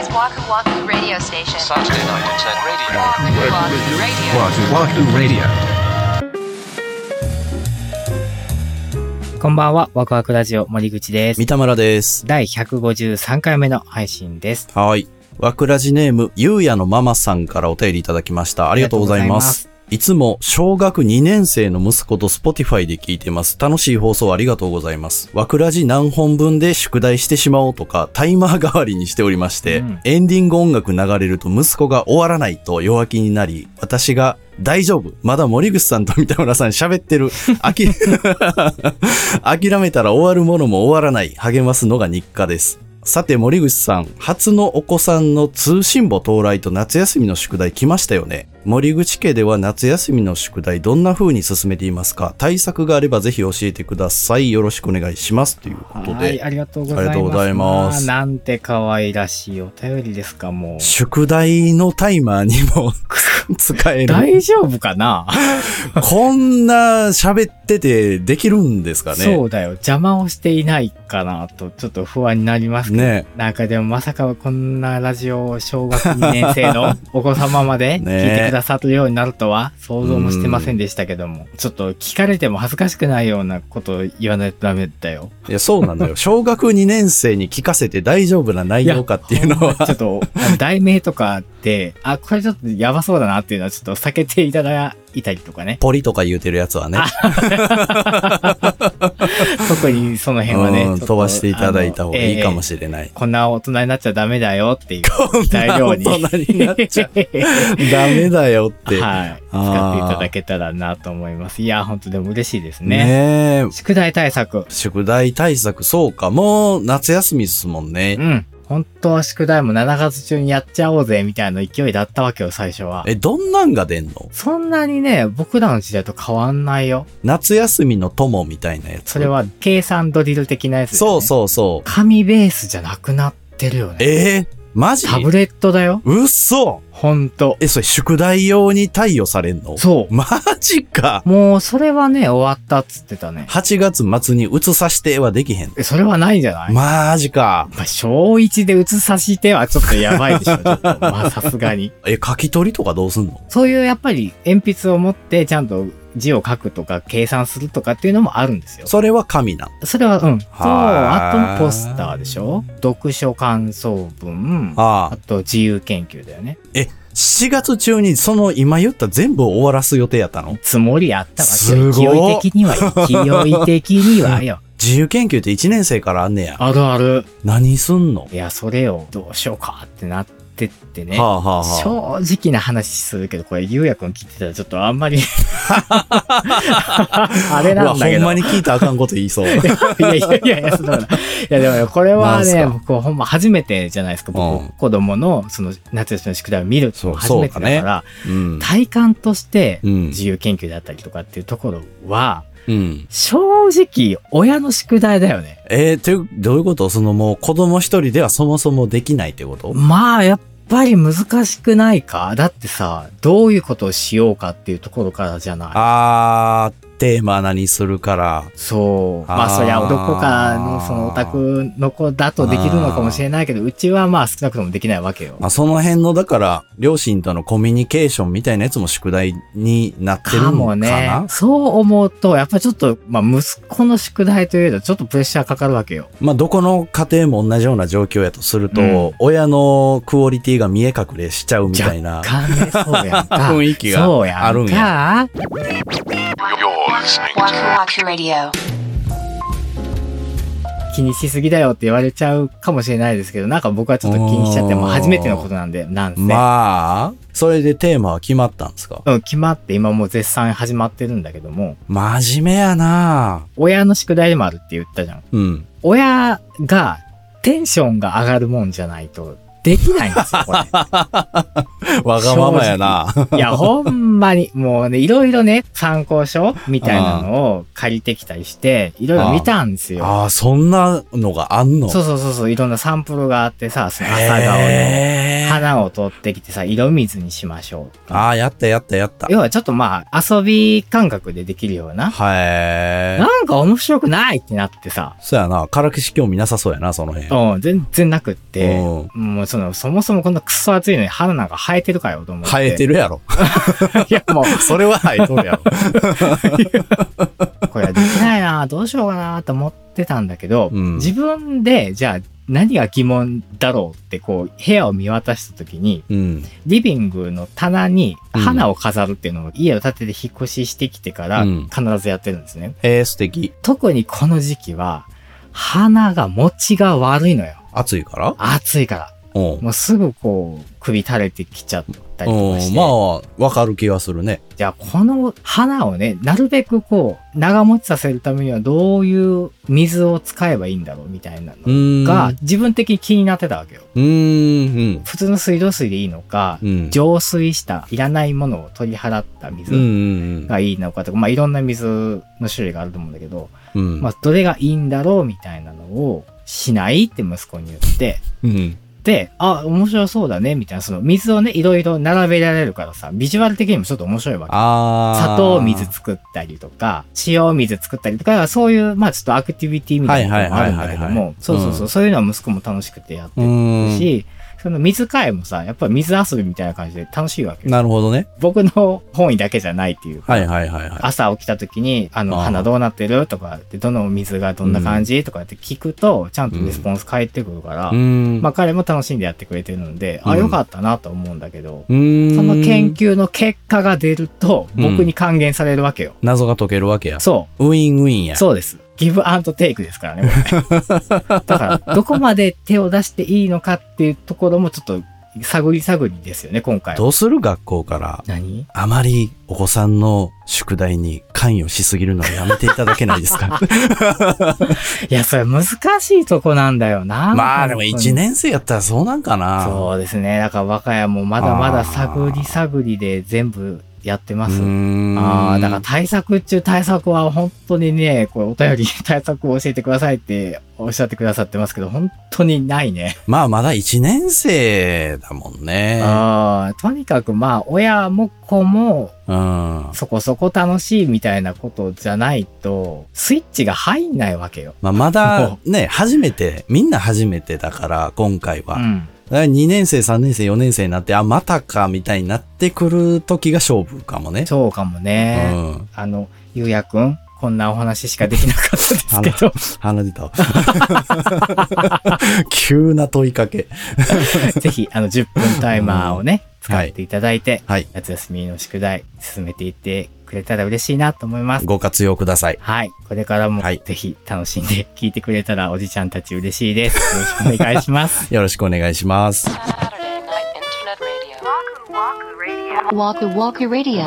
Waku Waku Radio Station. Saturday night at 10 radio. Waku Waku Radio. こんばんは、ワクワクラジオ森口です。 三田村です。 第153回目の配信です。 はい。ワクラジネーム、ゆうやのママさんからお便りいただきました。ありがとうございます。いつも小学2年生の息子と Spotify で聞いてます。楽しい放送ありがとうございます。ワクラジ何本分で宿題してしまおうとかタイマー代わりにしておりまして、エンディング音楽流れると息子が終わらないと弱気になり、私が大丈夫。まだ森口さんと三田村さん喋ってる。諦めたら終わるものも終わらない。励ますのが日課です。さて森口さん、初のお子さんの通信簿到来と夏休みの宿題来ましたよね。森口家では夏休みの宿題どんな風に進めていますか？対策があればぜひ教えてください。よろしくお願いします。ということで。 はい、ありがとうございます。 ありがとうございます。 なんて可愛らしいお便りですか、もう。 宿題のタイマーにも使える。 大丈夫かなこんな喋っててできるんですかね。 そうだよ。邪魔をしていないかなと、ちょっと不安になりますけど。ね。なんかでもまさかこんなラジオを小学2年生のお子様まで聞いてくださるようになるとは想像もしてませんでしたけども、ちょっと聞かれても恥ずかしくないようなことを言わないとダメだよ。 いや、そうなんだよ。小学2年生に聞かせて大丈夫な内容かっていうのは。 ちょっと、題名とかって、これちょっとやばそうだなっていうのはちょっと避けていただいたりとかね。 ポリとか言うてるやつはね。 特にその辺はね。 飛ばしていただいた方がいいかもしれない。 こんな大人になっちゃダメだよっていう材料に。 こんな大人になっちゃダメだよって。 はい。使っていただけたらなと思います。いや、本当でも嬉しいですね。 ねえ。 宿題対策。 宿題対策、そうか。もう夏休みですもんね。 うん。本当は宿題も7月中にやっちゃおうぜみたいな勢いだったわけよ、最初は。 どんなんが出んの？ そんなにね、僕らの時代と変わんないよ。 夏休みの友みたいなやつ。 それは計算ドリル的なやつですね。 そうそうそう。 紙ベースじゃなくなってるよね。 マジ？ タブレットだよ。 うっそ。 ほんと。 それ宿題用に貸与されんの？ そう。 マジか。 もうそれはね、終わったっつってたね。 8月末に移さしてはできへん。 それはないんじゃない？ マジか。 小1で移さしてはちょっとやばいでしょ。ちょっとまあさすがに。 書き取りとかどうすんの？ そういうやっぱり鉛筆を持ってちゃんと字を書くとか計算するとかっていうのもあるんですよ。 それは紙な。 それはと、あとのポスターでしょ？読書感想文。あと自由研究だよね。 4月中にその今言った全部終わらす予定やったの？ つもりあったわけよ。勢い的にはよ。 自由研究って1年生からあんねや。 あるある。 何すんの？ いや、それをどうしようかってなってってね。 正直な話するけど、これ、ゆうやくん聞いてたらちょっとあんまりあれなんだけど。 ほんまに聞いたらあかんこと言いそう。いや、 そうだ。いや、でもこれはね、僕ほんま初めてじゃないですか。僕、子供のその夏休みの宿題を見るって初めてだから、体感として自由研究であったりとかっていうところは、正直、親の宿題だよね。 どういうこと？もう子供一人ではそもそもできないってこと？ まあ、やっぱり難しくないか？だってさ、どういうことをしようかっていうところからじゃない。 テーマ何するから。 そう。まあそりゃどこかのそのオタクの子だとできるのかもしれないけど、うちはまあ少なくともできないわけよ。 その辺のだから両親とのコミュニケーションみたいなやつも宿題になってるのかな？ もね。そう思うとやっぱりちょっと息子の宿題というとちょっとプレッシャーかかるわけよ。 どこの家庭も同じような状況やとすると、親のクオリティが見え隠れしちゃうみたいな。 若干ね、そうやんか。 雰囲気があるんや。 気にしすぎだよって言われちゃうかもしれないですけど、なんか僕はちょっと気にしちゃっても初めてのことなんで、なんせ。 まあ、それでテーマは決まったんですか？ 決まって今もう絶賛始まってるんだけども。 真面目やな。 親の宿題でもあるって言ったじゃん。親がテンションが上がるもんじゃないとできないんですよ、これ。 わがままやな。 いや、ほんまに、もうね、いろいろね、参考書みたいなのを借りてきたりして、いろいろ見たんですよ。 ああ、そんなのがあんの？ そう、いろんなサンプルがあってさ、朝顔の花を取ってきてさ、色水にしましょう。 ああ、やった。 要はちょっとまあ、遊び感覚でできるような。なんか面白くないってなってさ。 そうやな、からきし興味なさそうやな、その辺。 全然なくって、もうそもそもこんなクソ暑いのに花なんか生えてるかよと思って。 生えてるやろ。 いやもう、 それは生えとるやろ。 これはできないな、どうしようかなと思ってたんだけど、自分で、じゃあ何が疑問だろうってこう、部屋を見渡した時に、リビングの棚に花を飾るっていうのを家を建てて引っ越ししてきてから必ずやってるんですね。 素敵。 特にこの時期は、花が持ちが悪いのよ。 暑いから？ 暑いから。もうすぐこう、首垂れてきちゃったりとかして。 まあ、わかる気がするね。 じゃあ、この花をね、なるべくこう、長持ちさせるためにはどういう水を使えばいいんだろうみたいなのが、自分的に気になってたわけよ。普通の水道水でいいのか、浄水したいらないものを取り払った水がいいのかとか、まあいろんな水の種類があると思うんだけど、まあどれがいいんだろうみたいなのをしないって息子に言って、で、面白そうだね、みたいな、その水をね、いろいろ並べられるからさ、ビジュアル的にもちょっと面白いわけ。砂糖水作ったりとか、塩水作ったりとか、そういう、まあちょっとアクティビティみたいなのもあるんだけども、そういうのは息子も楽しくてやってるし、その水替えもさ、やっぱり水遊びみたいな感じで楽しいわけよ。 なるほどね。 僕の本意だけじゃないっていうか。 はい。 朝起きた時に、花どうなってるとか、どの水がどんな感じとかって聞くと、ちゃんとレスポンス返ってくるから、まあ彼も楽しんでやってくれてるので、よかったなと思うんだけど、その研究の結果が出ると、僕に還元されるわけよ。 謎が解けるわけや。 そう。 ウィンウィンや。 そうです。ギブアンドテイクですからね、これ。だから、どこまで手を出していいのかっていうところもちょっと探りですよね、今回は。 どうする？学校から。 何？ あまりお子さんの宿題に関与しすぎるのはやめていただけないですか？ いや、それ難しいとこなんだよな。 まあでも1年生やったらそうなんかな。 そうですね。だから我が家もまだまだ探りで全部やってます。だから対策は本当にね、これお便り対策を教えてくださいっておっしゃってくださってますけど、本当にないね。 まあまだ1年生だもんね。 とにかくまあ親も子も、そこそこ楽しいみたいなことじゃないと、スイッチが入んないわけよ。 まだね、みんな初めてだから今回は。2年生、3年生、4年生になって、またか、みたいになってくる時が勝負かもね。 そうかもね。ゆうやくん、こんなお話しかできなかったですけど。 鼻出たわ。急な問いかけ。 ぜひ、10分タイマーをね、使っていただいて、 はい。 夏休みの宿題、進めていってくれたら嬉しいなと思います。 ご活用ください。 はい。これからも、ぜひ楽しんで聞いてくれたらおじちゃんたち嬉しいです。よろしくお願いします。 よろしくお願いします。 Waku Waku Radio.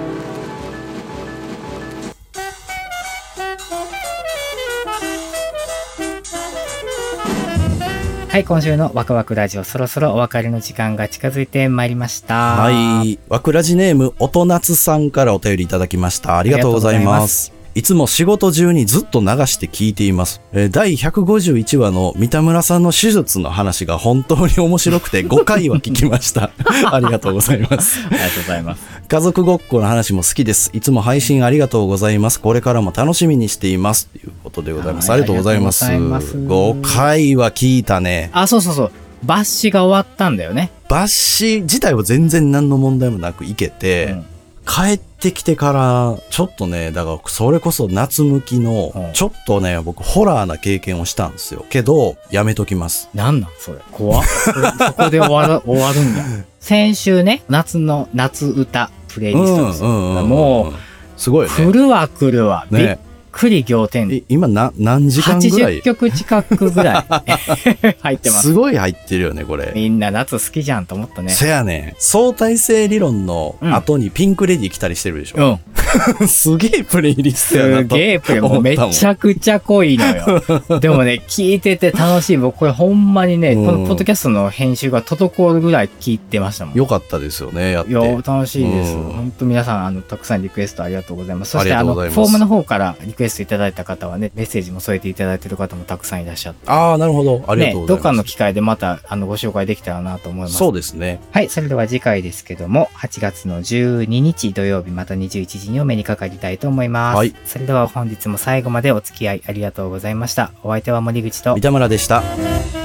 はい、今週のワクワクラジオ、そろそろお別れの時間が近づいてまいりました。 はい。ワクラジネーム、おとなつさんからお便りいただきました。ありがとうございます。いつも仕事中にずっと流して聞いています。第151話の三田村さんの手術の話が本当に面白くて5回は聞きました。ありがとうございます。 ありがとうございます。 家族ごっこの話も好きです。いつも配信ありがとうございます。これからも楽しみにしています。ということでございます。ありがとうございます。5回は聞いたね。 そう。抜歯が終わったんだよね。 抜歯自体は全然何の問題もなくいけて、帰ってきてから、ちょっとね、だからそれこそ夏向きの、ちょっとね、僕ホラーな経験をしたんですよ。けど、やめときます。 なんそれ。怖っ。そこで終わるんだ。先週ね、夏歌プレイリストですよ。もう、 すごいね。 来るわ。びっくり仰天。 今何時間ぐらい ?80 曲近くぐらい入ってます。 すごい入ってるよね、これ。 みんな夏好きじゃんと思ったね。 せやね。相対性理論の後にピンクレディ来たりしてるでしょ。 すげえプレイリストやなと。 すげえプレイ、もうめちゃくちゃ濃いのよ。でもね、聞いてて楽しい。僕これほんまにね、このポッドキャストの編集が滞るぐらい聞いてましたもん。 よかったですよね、やって。 いや、楽しいです。本当皆さん、たくさんリクエストありがとうございます。そして、 フォームの方からリクエストいただいた方はね、メッセージも添えていただいてる方もたくさんいらっしゃって。 ああ、なるほど。ありがとうございます。 ね、どっかの機会でまた、ご紹介できたらなと思います。 そうですね。 はい、それでは次回ですけども、8月の12日土曜日また21時にお目にかかりたいと思います。はい。それでは本日も最後までお付き合いありがとうございました。お相手は森口と三田村でした。